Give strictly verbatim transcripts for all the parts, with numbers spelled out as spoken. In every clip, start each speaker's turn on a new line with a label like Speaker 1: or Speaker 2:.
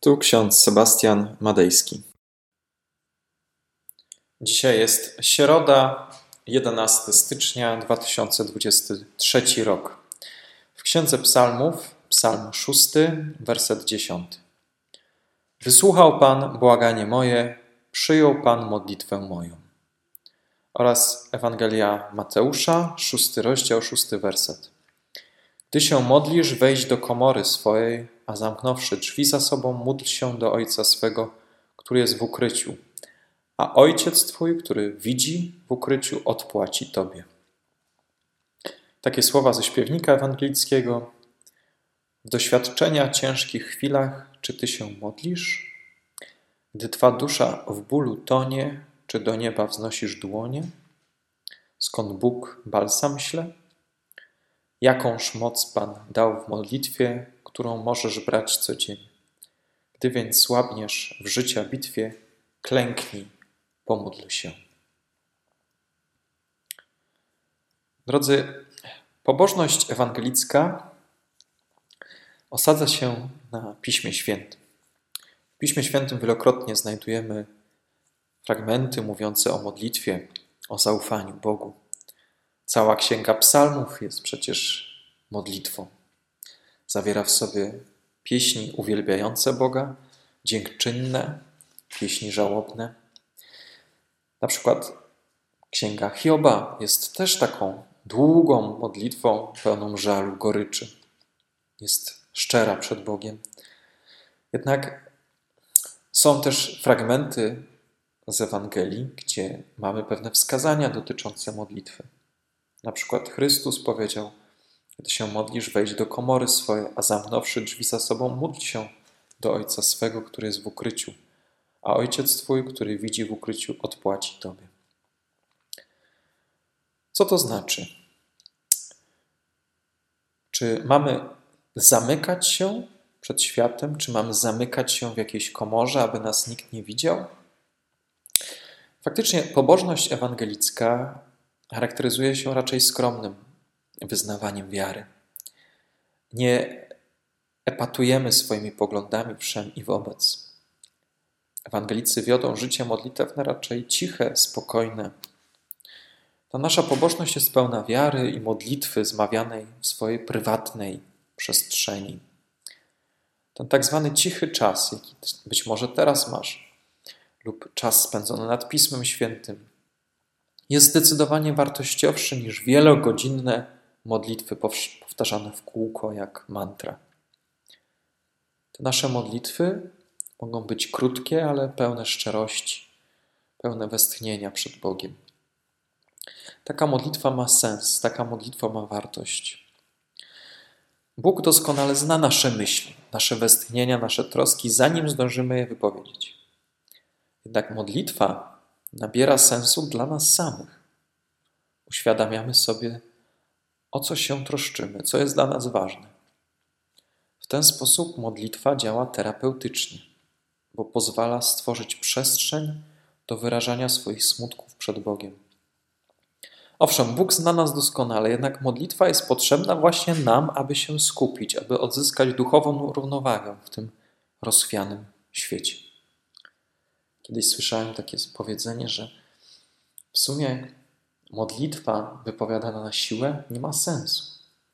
Speaker 1: Tu ksiądz Sebastian Madejski. Dzisiaj jest środa, jedenastego stycznia dwa tysiące dwudziesty trzeci rok. W Księdze Psalmów, psalm szósty, werset dziesiąty. Wysłuchał Pan błaganie moje, przyjął Pan modlitwę moją. Oraz Ewangelia Mateusza, szósty rozdział, szósty werset. Gdy się modlisz, wejdź do komory swojej, a zamknąwszy drzwi za sobą, módl się do Ojca swego, który jest w ukryciu. A Ojciec Twój, który widzi w ukryciu, odpłaci Tobie. Takie słowa ze śpiewnika ewangelickiego. W doświadczenia ciężkich chwilach, czy Ty się modlisz? Gdy Twa dusza w bólu tonie, czy do nieba wznosisz dłonie? Skąd Bóg balsam śle? Jakąż moc Pan dał w modlitwie, którą możesz brać codziennie. Gdy więc słabniesz w życia bitwie, klęknij, pomódl się. Drodzy, pobożność ewangelicka osadza się na Piśmie Świętym. W Piśmie Świętym wielokrotnie znajdujemy fragmenty mówiące o modlitwie, o zaufaniu Bogu. Cała Księga Psalmów jest przecież modlitwą. Zawiera w sobie pieśni uwielbiające Boga, dziękczynne, pieśni żałobne. Na przykład Księga Hioba jest też taką długą modlitwą pełną żalu, goryczy. Jest szczera przed Bogiem. Jednak są też fragmenty z Ewangelii, gdzie mamy pewne wskazania dotyczące modlitwy. Na przykład Chrystus powiedział: gdy się modlisz, wejdź do komory swojej, a zamknąwszy drzwi za sobą, módl się do Ojca swego, który jest w ukryciu, a Ojciec Twój, który widzi w ukryciu, odpłaci Tobie. Co to znaczy? Czy mamy zamykać się przed światem? Czy mamy zamykać się w jakiejś komorze, aby nas nikt nie widział? Faktycznie pobożność ewangelicka charakteryzuje się raczej skromnym wyznawaniem wiary. Nie epatujemy swoimi poglądami wszem i wobec. Ewangelicy wiodą życie modlitewne raczej ciche, spokojne. Ta nasza pobożność jest pełna wiary i modlitwy zmawianej w swojej prywatnej przestrzeni. Ten tak zwany cichy czas, jaki być może teraz masz, lub czas spędzony nad Pismem Świętym, jest zdecydowanie wartościowszy niż wielogodzinne modlitwy powtarzane w kółko jak mantra. Te nasze modlitwy mogą być krótkie, ale pełne szczerości, pełne westchnienia przed Bogiem. Taka modlitwa ma sens, taka modlitwa ma wartość. Bóg doskonale zna nasze myśli, nasze westchnienia, nasze troski, zanim zdążymy je wypowiedzieć. Jednak modlitwa nabiera sensu dla nas samych. Uświadamiamy sobie, o co się troszczymy, co jest dla nas ważne. W ten sposób modlitwa działa terapeutycznie, bo pozwala stworzyć przestrzeń do wyrażania swoich smutków przed Bogiem. Owszem, Bóg zna nas doskonale, jednak modlitwa jest potrzebna właśnie nam, aby się skupić, aby odzyskać duchową równowagę w tym rozchwianym świecie. Kiedyś słyszałem takie powiedzenie, że w sumie modlitwa wypowiadana na siłę nie ma sensu.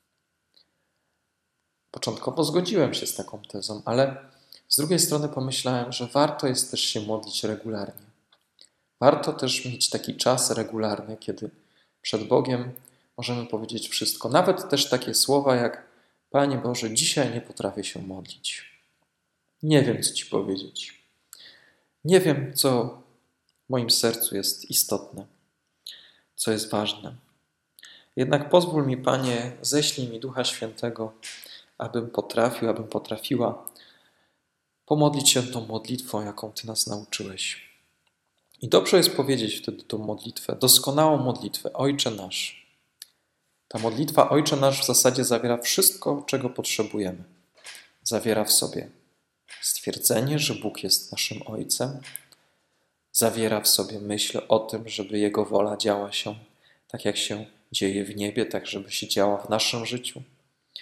Speaker 1: Początkowo zgodziłem się z taką tezą, ale z drugiej strony pomyślałem, że warto jest też się modlić regularnie. Warto też mieć taki czas regularny, kiedy przed Bogiem możemy powiedzieć wszystko. Nawet też takie słowa jak: Panie Boże, dzisiaj nie potrafię się modlić. Nie wiem, co Ci powiedzieć. Nie wiem, co w moim sercu jest istotne, co jest ważne. Jednak pozwól mi, Panie, ześlij mi Ducha Świętego, abym potrafił, abym potrafiła pomodlić się tą modlitwą, jaką Ty nas nauczyłeś. I dobrze jest powiedzieć wtedy tą modlitwę, doskonałą modlitwę, Ojcze nasz. Ta modlitwa Ojcze nasz w zasadzie zawiera wszystko, czego potrzebujemy. Zawiera w sobie stwierdzenie, że Bóg jest naszym Ojcem. Zawiera w sobie myśl o tym, żeby Jego wola działa się tak, jak się dzieje w niebie, tak żeby się działa w naszym życiu.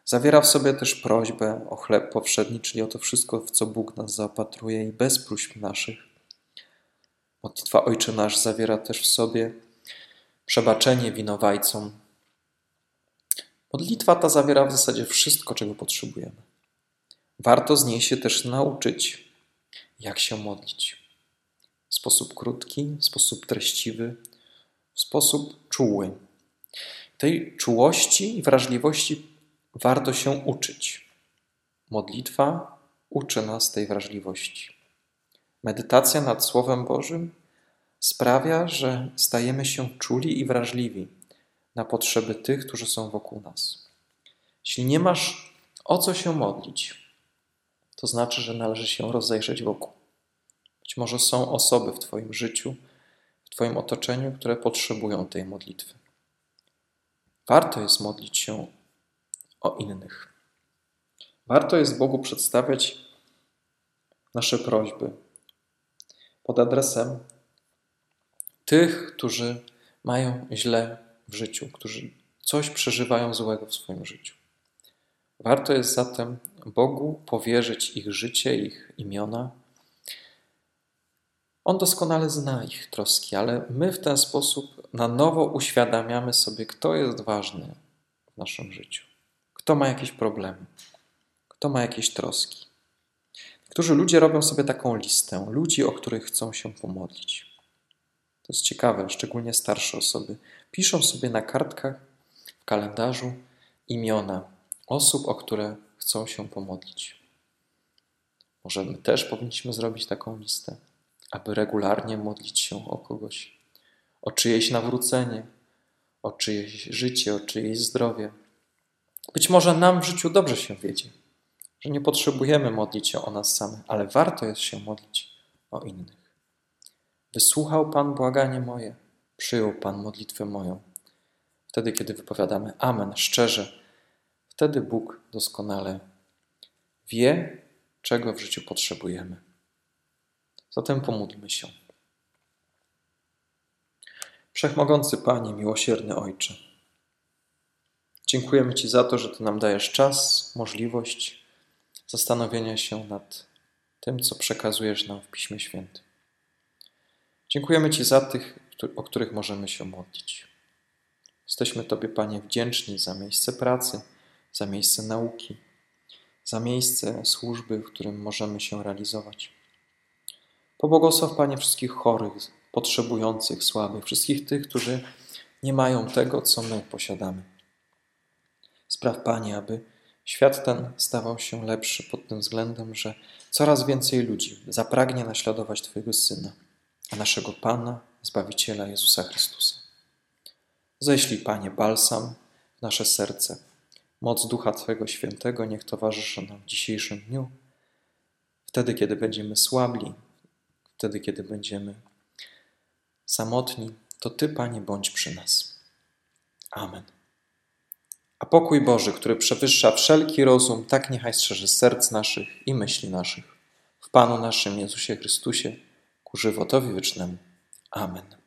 Speaker 1: Zawiera w sobie też prośbę o chleb powszedni, czyli o to wszystko, w co Bóg nas zaopatruje i bez próśb naszych. Modlitwa Ojcze Nasz zawiera też w sobie przebaczenie winowajcom. Modlitwa ta zawiera w zasadzie wszystko, czego potrzebujemy. Warto z niej się też nauczyć, jak się modlić. W sposób krótki, w sposób treściwy, w sposób czuły. Tej czułości i wrażliwości warto się uczyć. Modlitwa uczy nas tej wrażliwości. Medytacja nad Słowem Bożym sprawia, że stajemy się czuli i wrażliwi na potrzeby tych, którzy są wokół nas. Jeśli nie masz o co się modlić, to znaczy, że należy się rozejrzeć wokół. Być może są osoby w Twoim życiu, w Twoim otoczeniu, które potrzebują tej modlitwy. Warto jest modlić się o innych. Warto jest Bogu przedstawiać nasze prośby pod adresem tych, którzy mają źle w życiu, którzy coś przeżywają złego w swoim życiu. Warto jest zatem Bogu powierzyć ich życie, ich imiona. On doskonale zna ich troski, ale my w ten sposób na nowo uświadamiamy sobie, kto jest ważny w naszym życiu, kto ma jakieś problemy, kto ma jakieś troski. Niektórzy ludzie robią sobie taką listę ludzi, o których chcą się pomodlić. To jest ciekawe, szczególnie starsze osoby. Piszą sobie na kartkach w kalendarzu imiona osób, o które chcą się pomodlić. Może my też powinniśmy zrobić taką listę, aby regularnie modlić się o kogoś, o czyjeś nawrócenie, o czyjeś życie, o czyjeś zdrowie. Być może nam w życiu dobrze się wiedzie, że nie potrzebujemy modlić się o nas samych, ale warto jest się modlić o innych. Wysłuchał Pan błaganie moje, przyjął Pan modlitwę moją. Wtedy, kiedy wypowiadamy amen szczerze, wtedy Bóg doskonale wie, czego w życiu potrzebujemy. Zatem pomódlmy się. Wszechmogący Panie, miłosierny Ojcze, dziękujemy Ci za to, że Ty nam dajesz czas, możliwość zastanowienia się nad tym, co przekazujesz nam w Piśmie Świętym. Dziękujemy Ci za tych, o których możemy się modlić. Jesteśmy Tobie, Panie, wdzięczni za miejsce pracy, za miejsce nauki, za miejsce służby, w którym możemy się realizować. Pobłogosław, Panie, wszystkich chorych, potrzebujących, słabych, wszystkich tych, którzy nie mają tego, co my posiadamy. Spraw, Panie, aby świat ten stawał się lepszy pod tym względem, że coraz więcej ludzi zapragnie naśladować Twojego Syna, a naszego Pana, Zbawiciela Jezusa Chrystusa. Ześlij, Panie, balsam w nasze serce. Moc Ducha Twojego Świętego niech towarzyszy nam w dzisiejszym dniu, wtedy, kiedy będziemy słabli, wtedy, kiedy będziemy samotni, to Ty, Panie, bądź przy nas. Amen. A pokój Boży, który przewyższa wszelki rozum, tak niechaj strzeże serc naszych i myśli naszych. W Panu naszym Jezusie Chrystusie, ku żywotowi wiecznemu. Amen.